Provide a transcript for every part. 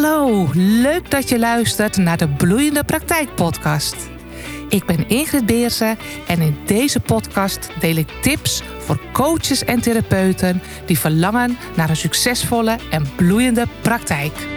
Hallo, leuk dat je luistert naar de Bloeiende Praktijk podcast. Ik ben Ingrid Beersen en in deze podcast deel ik tips voor coaches en therapeuten die verlangen naar een succesvolle en bloeiende praktijk.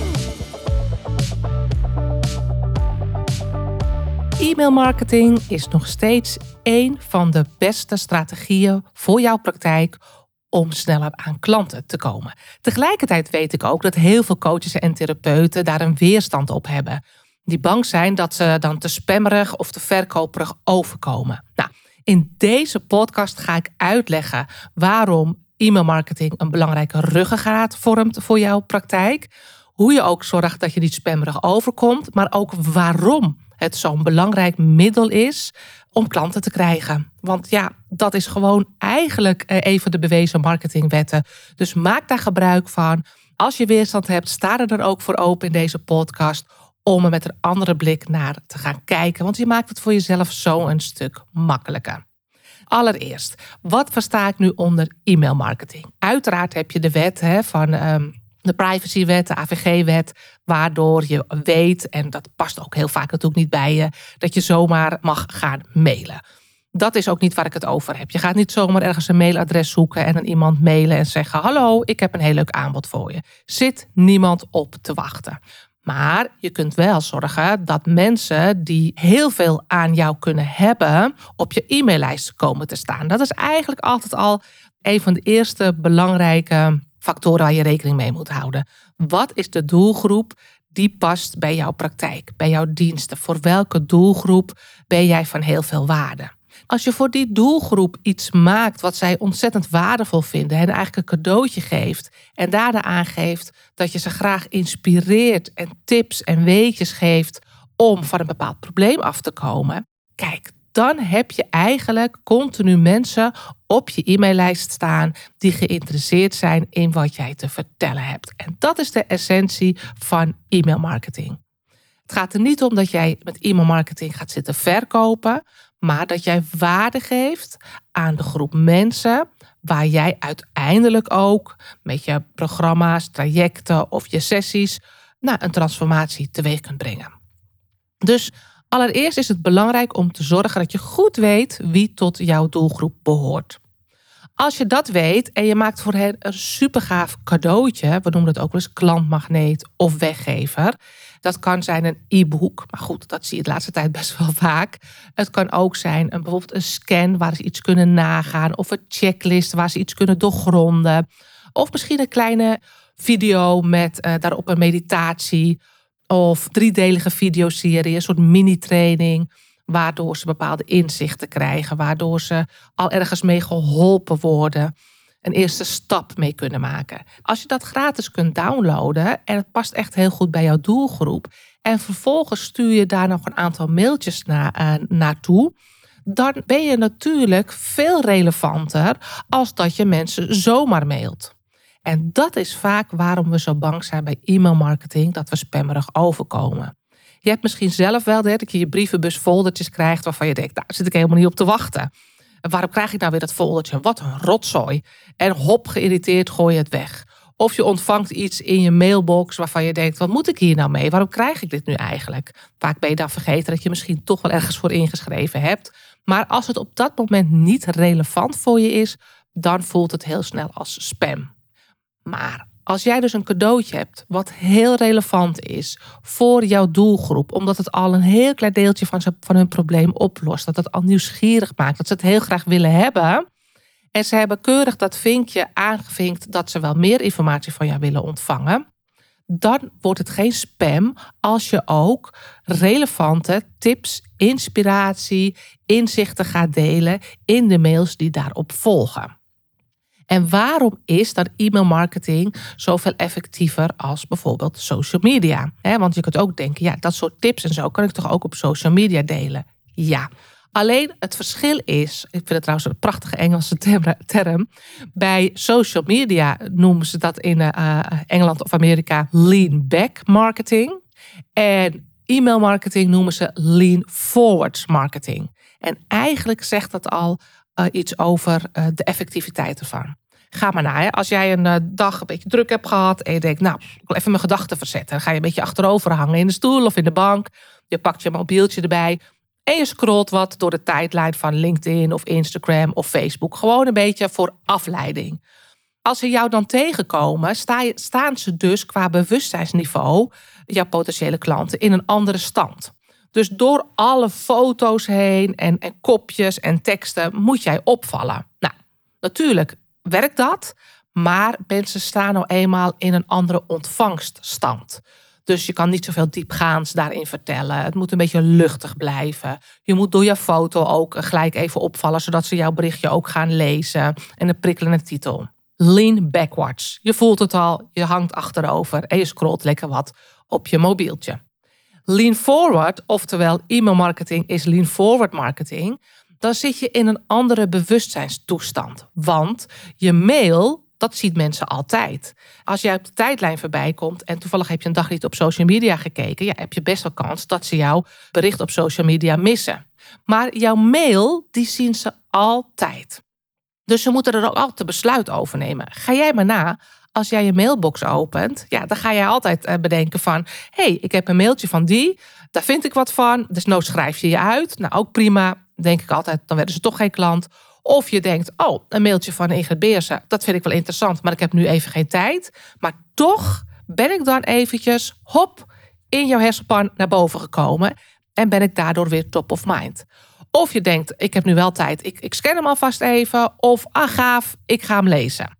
E-mailmarketing is nog steeds één van de beste strategieën voor jouw praktijk om sneller aan klanten te komen. Tegelijkertijd weet ik ook dat heel veel coaches en therapeuten daar een weerstand op hebben. Die bang zijn dat ze dan te spammerig of te verkoperig overkomen. Nou, in deze podcast ga ik uitleggen waarom e-mailmarketing een belangrijke ruggengraat vormt voor jouw praktijk. Hoe je ook zorgt dat je niet spammerig overkomt, maar ook waarom het zo'n belangrijk middel is om klanten te krijgen. Want ja, dat is gewoon eigenlijk even de bewezen marketingwetten. Dus maak daar gebruik van. Als je weerstand hebt, sta er dan ook voor open in deze podcast om er met een andere blik naar te gaan kijken. Want je maakt het voor jezelf zo een stuk makkelijker. Allereerst, wat versta ik nu onder e-mailmarketing? Uiteraard heb je de wet van de privacywet, de AVG-wet, waardoor je weet, en dat past ook heel vaak natuurlijk niet bij je, dat je zomaar mag gaan mailen. Dat is ook niet waar ik het over heb. Je gaat niet zomaar ergens een mailadres zoeken en aan iemand mailen en zeggen: hallo, ik heb een heel leuk aanbod voor je. Zit niemand op te wachten. Maar je kunt wel zorgen dat mensen die heel veel aan jou kunnen hebben op je e-maillijst komen te staan. Dat is eigenlijk altijd al een van de eerste belangrijke factoren waar je rekening mee moet houden. Wat is de doelgroep die past bij jouw praktijk, bij jouw diensten? Voor welke doelgroep ben jij van heel veel waarde? Als je voor die doelgroep iets maakt wat zij ontzettend waardevol vinden, hen eigenlijk een cadeautje geeft en daarna aangeeft dat je ze graag inspireert en tips en weetjes geeft om van een bepaald probleem af te komen, kijk, dan heb je eigenlijk continu mensen op je e-maillijst staan die geïnteresseerd zijn in wat jij te vertellen hebt. En dat is de essentie van e-mailmarketing. Het gaat er niet om dat jij met e-mailmarketing gaat zitten verkopen, maar dat jij waarde geeft aan de groep mensen waar jij uiteindelijk ook met je programma's, trajecten of je sessies een transformatie teweeg kunt brengen. Dus allereerst is het belangrijk om te zorgen dat je goed weet wie tot jouw doelgroep behoort. Als je dat weet en je maakt voor hen een supergaaf cadeautje, we noemen dat ook wel eens klantmagneet of weggever. Dat kan zijn een e-book, maar goed, dat zie je de laatste tijd best wel vaak. Het kan ook zijn bijvoorbeeld een scan waar ze iets kunnen nagaan, of een checklist waar ze iets kunnen doorgronden. Of misschien een kleine video met daarop een meditatie of 3-delige videoserie, een soort mini-training, waardoor ze bepaalde inzichten krijgen, waardoor ze al ergens mee geholpen worden, een eerste stap mee kunnen maken. Als je dat gratis kunt downloaden en het past echt heel goed bij jouw doelgroep en vervolgens stuur je daar nog een aantal mailtjes naartoe, dan ben je natuurlijk veel relevanter als dat je mensen zomaar mailt. En dat is vaak waarom we zo bang zijn bij e-mailmarketing, dat we spammerig overkomen. Je hebt misschien zelf wel dat je brievenbus foldertjes krijgt waarvan je denkt, daar zit ik helemaal niet op te wachten. En waarom krijg ik nou weer dat foldertje? Wat een rotzooi. En hop, geïrriteerd gooi je het weg. Of je ontvangt iets in je mailbox waarvan je denkt, wat moet ik hier nou mee? Waarom krijg ik dit nu eigenlijk? Vaak ben je dan vergeten dat je misschien toch wel ergens voor ingeschreven hebt. Maar als het op dat moment niet relevant voor je is, dan voelt het heel snel als spam. Maar als jij dus een cadeautje hebt wat heel relevant is voor jouw doelgroep, omdat het al een heel klein deeltje van hun probleem oplost, dat het al nieuwsgierig maakt, dat ze het heel graag willen hebben, en ze hebben keurig dat vinkje aangevinkt dat ze wel meer informatie van jou willen ontvangen, dan wordt het geen spam als je ook relevante tips, inspiratie, inzichten gaat delen in de mails die daarop volgen. En waarom is dat e-mailmarketing zoveel effectiever als bijvoorbeeld social media? Want je kunt ook denken, ja, dat soort tips en zo kan ik toch ook op social media delen? Ja, alleen het verschil is, ik vind het trouwens een prachtige Engelse term, bij social media noemen ze dat in Engeland of Amerika lean back marketing. En e-mailmarketing noemen ze lean forward marketing. En eigenlijk zegt dat al iets over de effectiviteit ervan. Ga maar na. Hè. Als jij een dag een beetje druk hebt gehad en je denkt, nou, ik wil even mijn gedachten verzetten. Dan ga je een beetje achterover hangen in de stoel of in de bank. Je pakt je mobieltje erbij en je scrolt wat door de tijdlijn van LinkedIn of Instagram of Facebook. Gewoon een beetje voor afleiding. Als ze jou dan tegenkomen, staan ze dus qua bewustzijnsniveau, jouw potentiële klanten, in een andere stand. Dus door alle foto's heen en kopjes en teksten moet jij opvallen. Nou, natuurlijk werkt dat, maar mensen staan nou eenmaal in een andere ontvangststand. Dus je kan niet zoveel diepgaands daarin vertellen. Het moet een beetje luchtig blijven. Je moet door je foto ook gelijk even opvallen, zodat ze jouw berichtje ook gaan lezen. En een prikkelende titel. Lean backwards. Je voelt het al, je hangt achterover en je scrolt lekker wat op je mobieltje. Lean forward, oftewel e-mailmarketing is lean forward marketing. Dan zit je in een andere bewustzijnstoestand. Want je mail, dat ziet mensen altijd. Als jij op de tijdlijn voorbij komt en toevallig heb je een dag niet op social media gekeken, ja, heb je best wel kans dat ze jouw bericht op social media missen. Maar jouw mail, die zien ze altijd. Dus ze moeten er ook altijd een besluit over nemen. Ga jij maar na. Als jij je mailbox opent, ja, dan ga jij altijd bedenken van, hey, ik heb een mailtje van die, daar vind ik wat van. Desnoods schrijf je je uit. Nou, ook prima, denk ik altijd, dan werden ze toch geen klant. Of je denkt, oh, een mailtje van Ingrid Beersen, dat vind ik wel interessant, maar ik heb nu even geen tijd. Maar toch ben ik dan eventjes, hop, in jouw hersenpan naar boven gekomen en ben ik daardoor weer top of mind. Of je denkt, ik heb nu wel tijd, ik scan hem alvast even. Of, gaaf, ik ga hem lezen.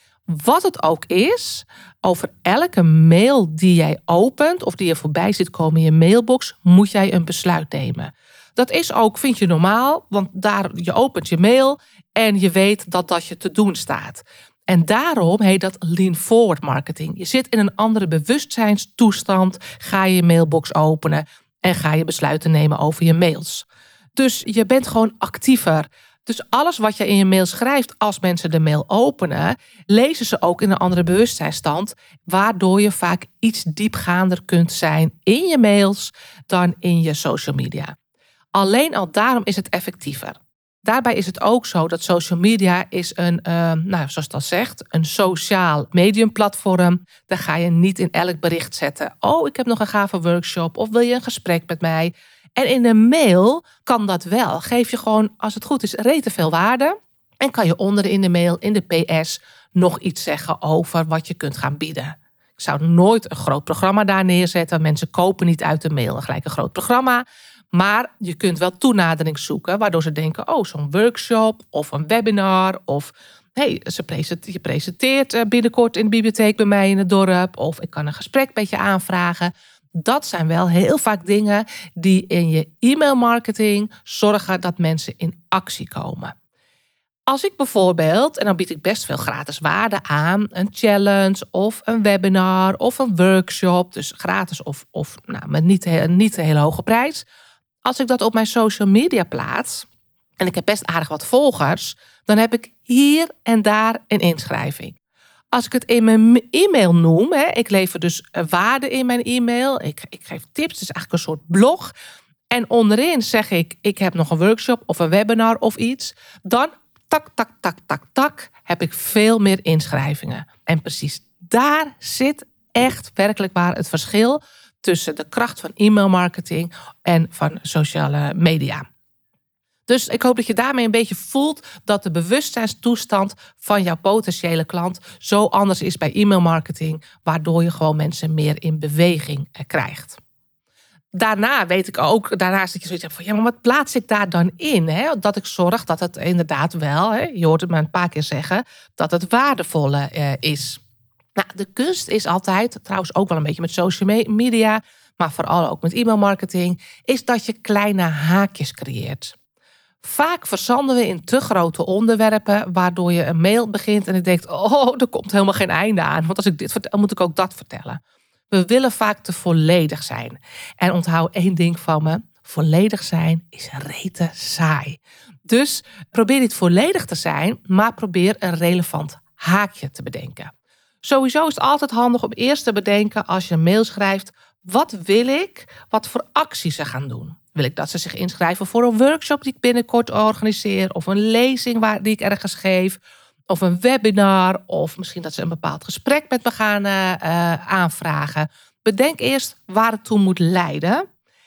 Wat het ook is, over elke mail die jij opent of die je voorbij ziet komen in je mailbox, moet jij een besluit nemen. Dat is ook, vind je normaal, want je opent je mail en je weet dat je te doen staat. En daarom heet dat lean forward marketing. Je zit in een andere bewustzijnstoestand, ga je mailbox openen en ga je besluiten nemen over je mails. Dus je bent gewoon actiever. Dus alles wat je in je mail schrijft als mensen de mail openen, lezen ze ook in een andere bewustzijnstand, waardoor je vaak iets diepgaander kunt zijn in je mails dan in je social media. Alleen al daarom is het effectiever. Daarbij is het ook zo dat social media is zoals het al zegt, een sociaal mediumplatform. Daar ga je niet in elk bericht zetten, oh, ik heb nog een gave workshop of wil je een gesprek met mij? En in een mail kan dat wel. Geef je gewoon, als het goed is, rete veel waarde. En kan je onder in de mail, in de PS, nog iets zeggen over wat je kunt gaan bieden. Ik zou nooit een groot programma daar neerzetten. Mensen kopen niet uit de mail gelijk een groot programma. Maar je kunt wel toenadering zoeken, waardoor ze denken, oh, zo'n workshop of een webinar. Of, hey, je presenteert binnenkort in de bibliotheek bij mij in het dorp. Of ik kan een gesprek met je aanvragen. Dat zijn wel heel vaak dingen die in je e-mailmarketing zorgen dat mensen in actie komen. Als ik bijvoorbeeld, en dan bied ik best veel gratis waarde aan, een challenge of een webinar of een workshop, dus gratis of met niet een hele hoge prijs. Als ik dat op mijn social media plaats, en ik heb best aardig wat volgers, dan heb ik hier en daar een inschrijving. Als ik het in mijn e-mail noem, ik lever dus waarde in mijn e-mail. Ik geef tips, het is eigenlijk een soort blog. En onderin zeg ik heb nog een workshop of een webinar of iets. Dan tak, heb ik veel meer inschrijvingen. En precies daar zit echt werkelijk waar het verschil tussen de kracht van e-mailmarketing en van sociale media. Dus ik hoop dat je daarmee een beetje voelt dat de bewustzijnstoestand van jouw potentiële klant zo anders is bij e-mailmarketing, waardoor je gewoon mensen meer in beweging krijgt. Daarna weet ik ook, daarnaast dat je zoiets hebt van, ja, maar wat plaats ik daar dan in? Dat ik zorg dat het inderdaad wel, je hoort het me een paar keer zeggen, dat het waardevolle is. Nou, de kunst is altijd, trouwens ook wel een beetje met social media, maar vooral ook met e-mailmarketing, is dat je kleine haakjes creëert. Vaak verzanden we in te grote onderwerpen, waardoor je een mail begint en je denkt, oh, er komt helemaal geen einde aan. Want als ik dit vertel, moet ik ook dat vertellen. We willen vaak te volledig zijn. En onthoud één ding van me, volledig zijn is rete saai. Dus probeer niet volledig te zijn, maar probeer een relevant haakje te bedenken. Sowieso is het altijd handig om eerst te bedenken als je een mail schrijft, wat wil ik, wat voor acties ze gaan doen. Wil ik dat ze zich inschrijven voor een workshop die ik binnenkort organiseer, of een lezing die ik ergens geef, of een webinar, of misschien dat ze een bepaald gesprek met me gaan aanvragen. Bedenk eerst waar het toe moet leiden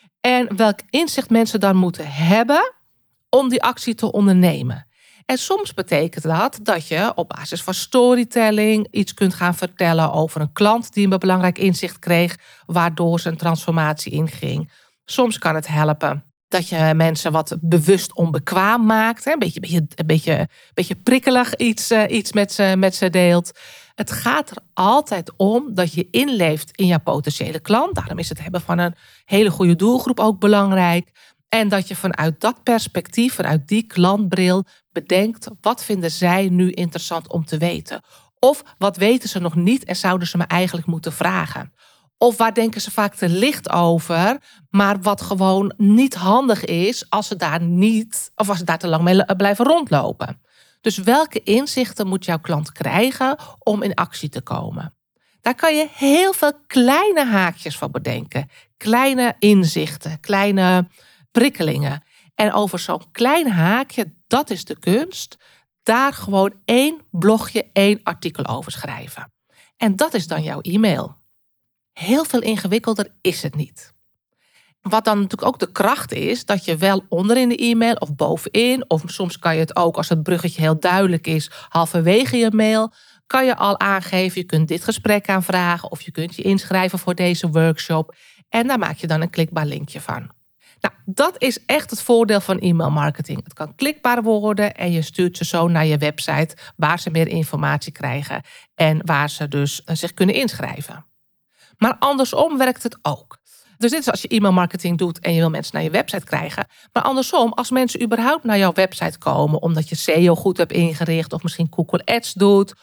en welk inzicht mensen dan moeten hebben om die actie te ondernemen. En soms betekent dat je op basis van storytelling iets kunt gaan vertellen over een klant die een belangrijk inzicht kreeg, waardoor ze een transformatie inging. Soms kan het helpen dat je mensen wat bewust onbekwaam maakt. Een beetje prikkelig iets met ze deelt. Het gaat er altijd om dat je inleeft in jouw potentiële klant. Daarom is het hebben van een hele goede doelgroep ook belangrijk. En dat je vanuit dat perspectief, vanuit die klantbril, bedenkt wat vinden zij nu interessant om te weten. Of wat weten ze nog niet en zouden ze me eigenlijk moeten vragen. Of waar denken ze vaak te licht over, maar wat gewoon niet handig is als ze daar te lang mee blijven rondlopen. Dus welke inzichten moet jouw klant krijgen om in actie te komen? Daar kan je heel veel kleine haakjes van bedenken. Kleine inzichten, kleine prikkelingen. En over zo'n klein haakje, dat is de kunst, daar gewoon 1 blogje, 1 artikel over schrijven. En dat is dan jouw e-mail. Heel veel ingewikkelder is het niet. Wat dan natuurlijk ook de kracht is, dat je wel onderin de e-mail of bovenin, of soms kan je het ook, als het bruggetje heel duidelijk is, halverwege je mail, kan je al aangeven, je kunt dit gesprek aanvragen of je kunt je inschrijven voor deze workshop. En daar maak je dan een klikbaar linkje van. Nou, dat is echt het voordeel van e-mail marketing. Het kan klikbaar worden en je stuurt ze zo naar je website waar ze meer informatie krijgen en waar ze dus zich kunnen inschrijven. Maar andersom werkt het ook. Dus dit is als je e-mail marketing doet en je wil mensen naar je website krijgen. Maar andersom, als mensen überhaupt naar jouw website komen omdat je SEO goed hebt ingericht of misschien Google Ads doet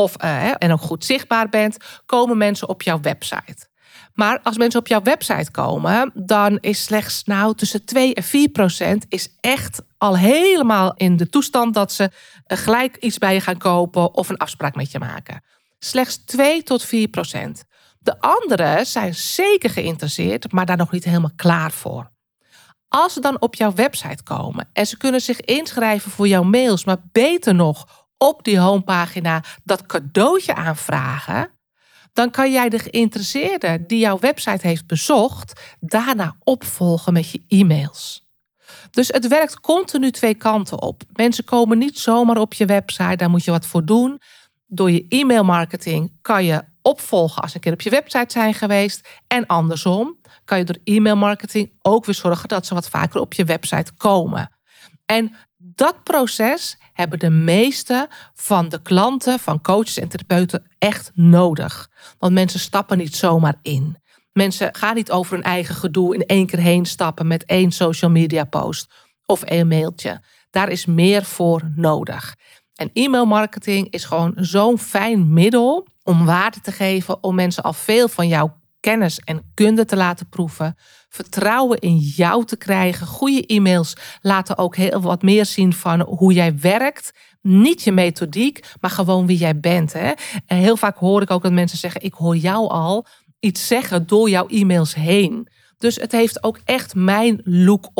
en ook goed zichtbaar bent, komen mensen op jouw website. Maar als mensen op jouw website komen, dan is slechts tussen 2 en 4% is echt al helemaal in de toestand dat ze gelijk iets bij je gaan kopen of een afspraak met je maken. Slechts 2 tot 4%. De anderen zijn zeker geïnteresseerd, maar daar nog niet helemaal klaar voor. Als ze dan op jouw website komen en ze kunnen zich inschrijven voor jouw mails, maar beter nog op die homepagina dat cadeautje aanvragen, dan kan jij de geïnteresseerde die jouw website heeft bezocht daarna opvolgen met je e-mails. Dus het werkt continu 2 kanten op. Mensen komen niet zomaar op je website, daar moet je wat voor doen. Door je e-mailmarketing kan je opvolgen als ze een keer op je website zijn geweest. En andersom kan je door e-mailmarketing ook weer zorgen dat ze wat vaker op je website komen. En dat proces hebben de meeste van de klanten, van coaches en therapeuten echt nodig. Want mensen stappen niet zomaar in. Mensen gaan niet over hun eigen gedoe in 1 keer heen stappen met 1 social media post of 1 mailtje. Daar is meer voor nodig. En e-mailmarketing is gewoon zo'n fijn middel om waarde te geven, om mensen al veel van jouw kennis en kunde te laten proeven, vertrouwen in jou te krijgen. Goede e-mails laten ook heel wat meer zien van hoe jij werkt. Niet je methodiek, maar gewoon wie jij bent. Hè? En heel vaak hoor ik ook dat mensen zeggen, ik hoor jou al iets zeggen door jouw e-mails heen. Dus het heeft ook echt mijn look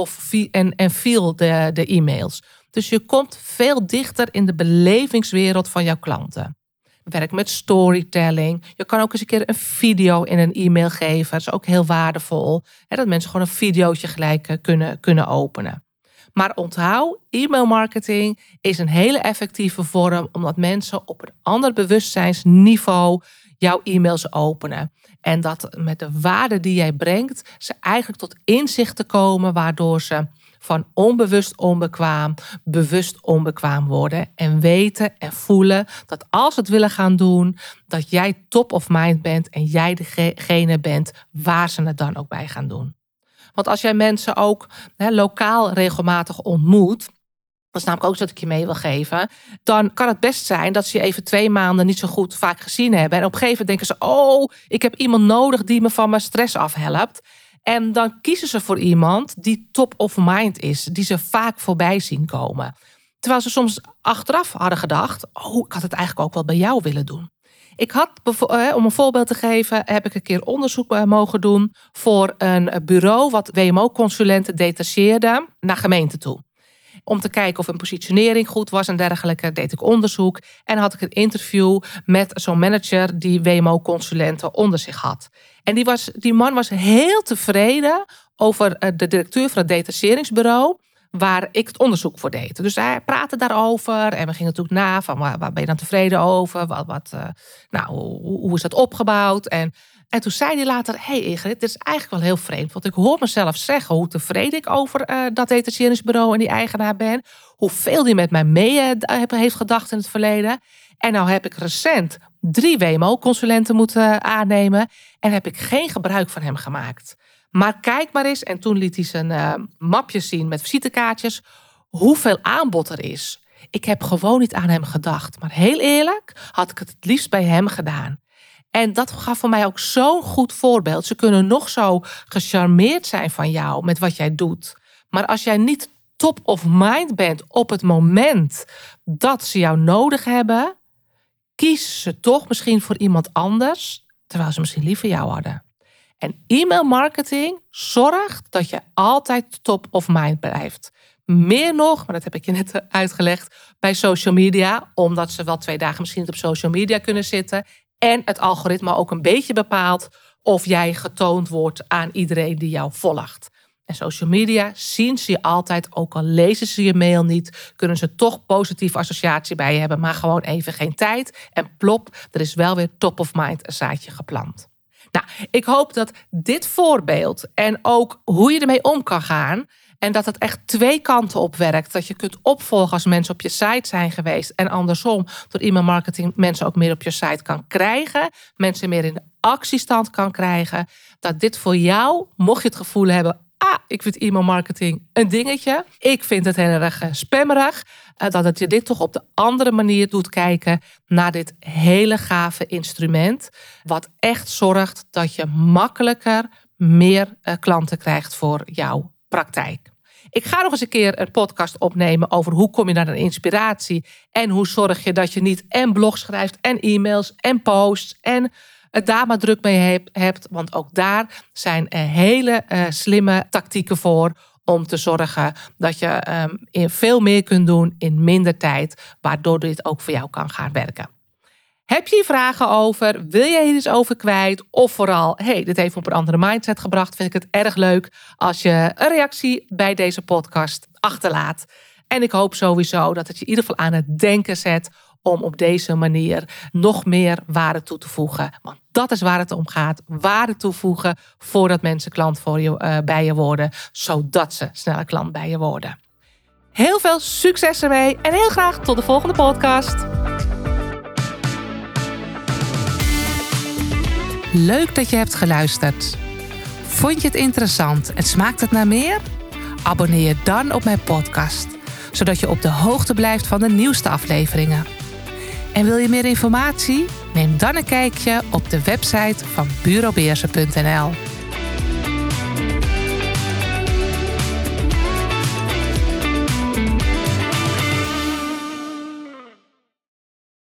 en feel, de e-mails. Dus je komt veel dichter in de belevingswereld van jouw klanten. Werk met storytelling. Je kan ook eens een keer een video in een e-mail geven. Dat is ook heel waardevol. Dat mensen gewoon een videootje gelijk kunnen openen. Maar onthoud, e-mailmarketing is een hele effectieve vorm, omdat mensen op een ander bewustzijnsniveau jouw e-mails openen. En dat met de waarde die jij brengt, ze eigenlijk tot inzichten komen, waardoor ze van onbewust onbekwaam, bewust onbekwaam worden. En weten en voelen dat als ze het willen gaan doen, dat jij top of mind bent en jij degene bent waar ze het dan ook bij gaan doen. Want als jij mensen ook lokaal regelmatig ontmoet, dat is namelijk ook wat ik je mee wil geven, dan kan het best zijn dat ze je even 2 maanden niet zo goed vaak gezien hebben. En op een gegeven moment denken ze, ik heb iemand nodig die me van mijn stress afhelpt. En dan kiezen ze voor iemand die top of mind is, die ze vaak voorbij zien komen. Terwijl ze soms achteraf hadden gedacht, ik had het eigenlijk ook wel bij jou willen doen. Ik had, om een voorbeeld te geven, heb ik een keer onderzoek mogen doen voor een bureau wat WMO-consulenten detacheerde naar gemeenten toe. om te kijken of een positionering goed was en dergelijke. Deed ik onderzoek en had ik een interview met zo'n manager die WMO-consulenten onder zich had. En die man was heel tevreden over de directeur van het detacheringsbureau waar ik het onderzoek voor deed. Dus hij praatte daarover en we gingen natuurlijk na van waar ben je dan tevreden over? Hoe is dat opgebouwd? En toen zei hij later, hey Ingrid, dit is eigenlijk wel heel vreemd. Want ik hoor mezelf zeggen hoe tevreden ik over dat detacheringsbureau en die eigenaar ben. Hoeveel die met mij mee heeft gedacht in het verleden. En nou heb ik recent 3 WMO-consulenten moeten aannemen. En heb ik geen gebruik van hem gemaakt. Maar kijk maar eens, en toen liet hij zijn mapjes zien met visitekaartjes, hoeveel aanbod er is. Ik heb gewoon niet aan hem gedacht. Maar heel eerlijk, had ik het liefst bij hem gedaan. En dat gaf voor mij ook zo'n goed voorbeeld. Ze kunnen nog zo gecharmeerd zijn van jou met wat jij doet. Maar als jij niet top of mind bent op het moment dat ze jou nodig hebben, kiezen ze toch misschien voor iemand anders, terwijl ze misschien liever jou hadden. En e-mailmarketing zorgt dat je altijd top of mind blijft. Meer nog, maar dat heb ik je net uitgelegd, bij social media. Omdat ze wel 2 dagen misschien niet op social media kunnen zitten. En het algoritme ook een beetje bepaalt of jij getoond wordt aan iedereen die jou volgt. En social media zien ze je altijd, ook al lezen ze je mail niet, kunnen ze toch positieve associatie bij je hebben, maar gewoon even geen tijd. En plop, er is wel weer top of mind een zaadje geplant. Nou, ik hoop dat dit voorbeeld en ook hoe je ermee om kan gaan en dat het echt 2 kanten op werkt. Dat je kunt opvolgen als mensen op je site zijn geweest en andersom door e-mailmarketing mensen ook meer op je site kan krijgen. Mensen meer in de actiestand kan krijgen. Dat dit voor jou, mocht je het gevoel hebben, ik vind e-mailmarketing een dingetje. Ik vind het heel erg spammerig. Dat het je dit toch op de andere manier doet kijken naar dit hele gave instrument. Wat echt zorgt dat je makkelijker meer klanten krijgt voor jouw praktijk. Ik ga nog eens een keer een podcast opnemen over hoe kom je naar een inspiratie. En hoe zorg je dat je niet en blog schrijft en e-mails en posts en het daar maar druk mee hebt. Want ook daar zijn hele slimme tactieken voor om te zorgen dat je veel meer kunt doen in minder tijd. Waardoor dit ook voor jou kan gaan werken. Heb je hier vragen over? Wil jij hier iets over kwijt? Of vooral, dit heeft me op een andere mindset gebracht. Vind ik het erg leuk als je een reactie bij deze podcast achterlaat. En ik hoop sowieso dat het je in ieder geval aan het denken zet om op deze manier nog meer waarde toe te voegen. Want dat is waar het om gaat. Waarde toevoegen voordat mensen klant bij je worden. Zodat ze sneller klant bij je worden. Heel veel succes ermee en heel graag tot de volgende podcast. Leuk dat je hebt geluisterd. Vond je het interessant en smaakt het naar meer? Abonneer je dan op mijn podcast, zodat je op de hoogte blijft van de nieuwste afleveringen. En wil je meer informatie? Neem dan een kijkje op de website van bureaubeheerser.nl.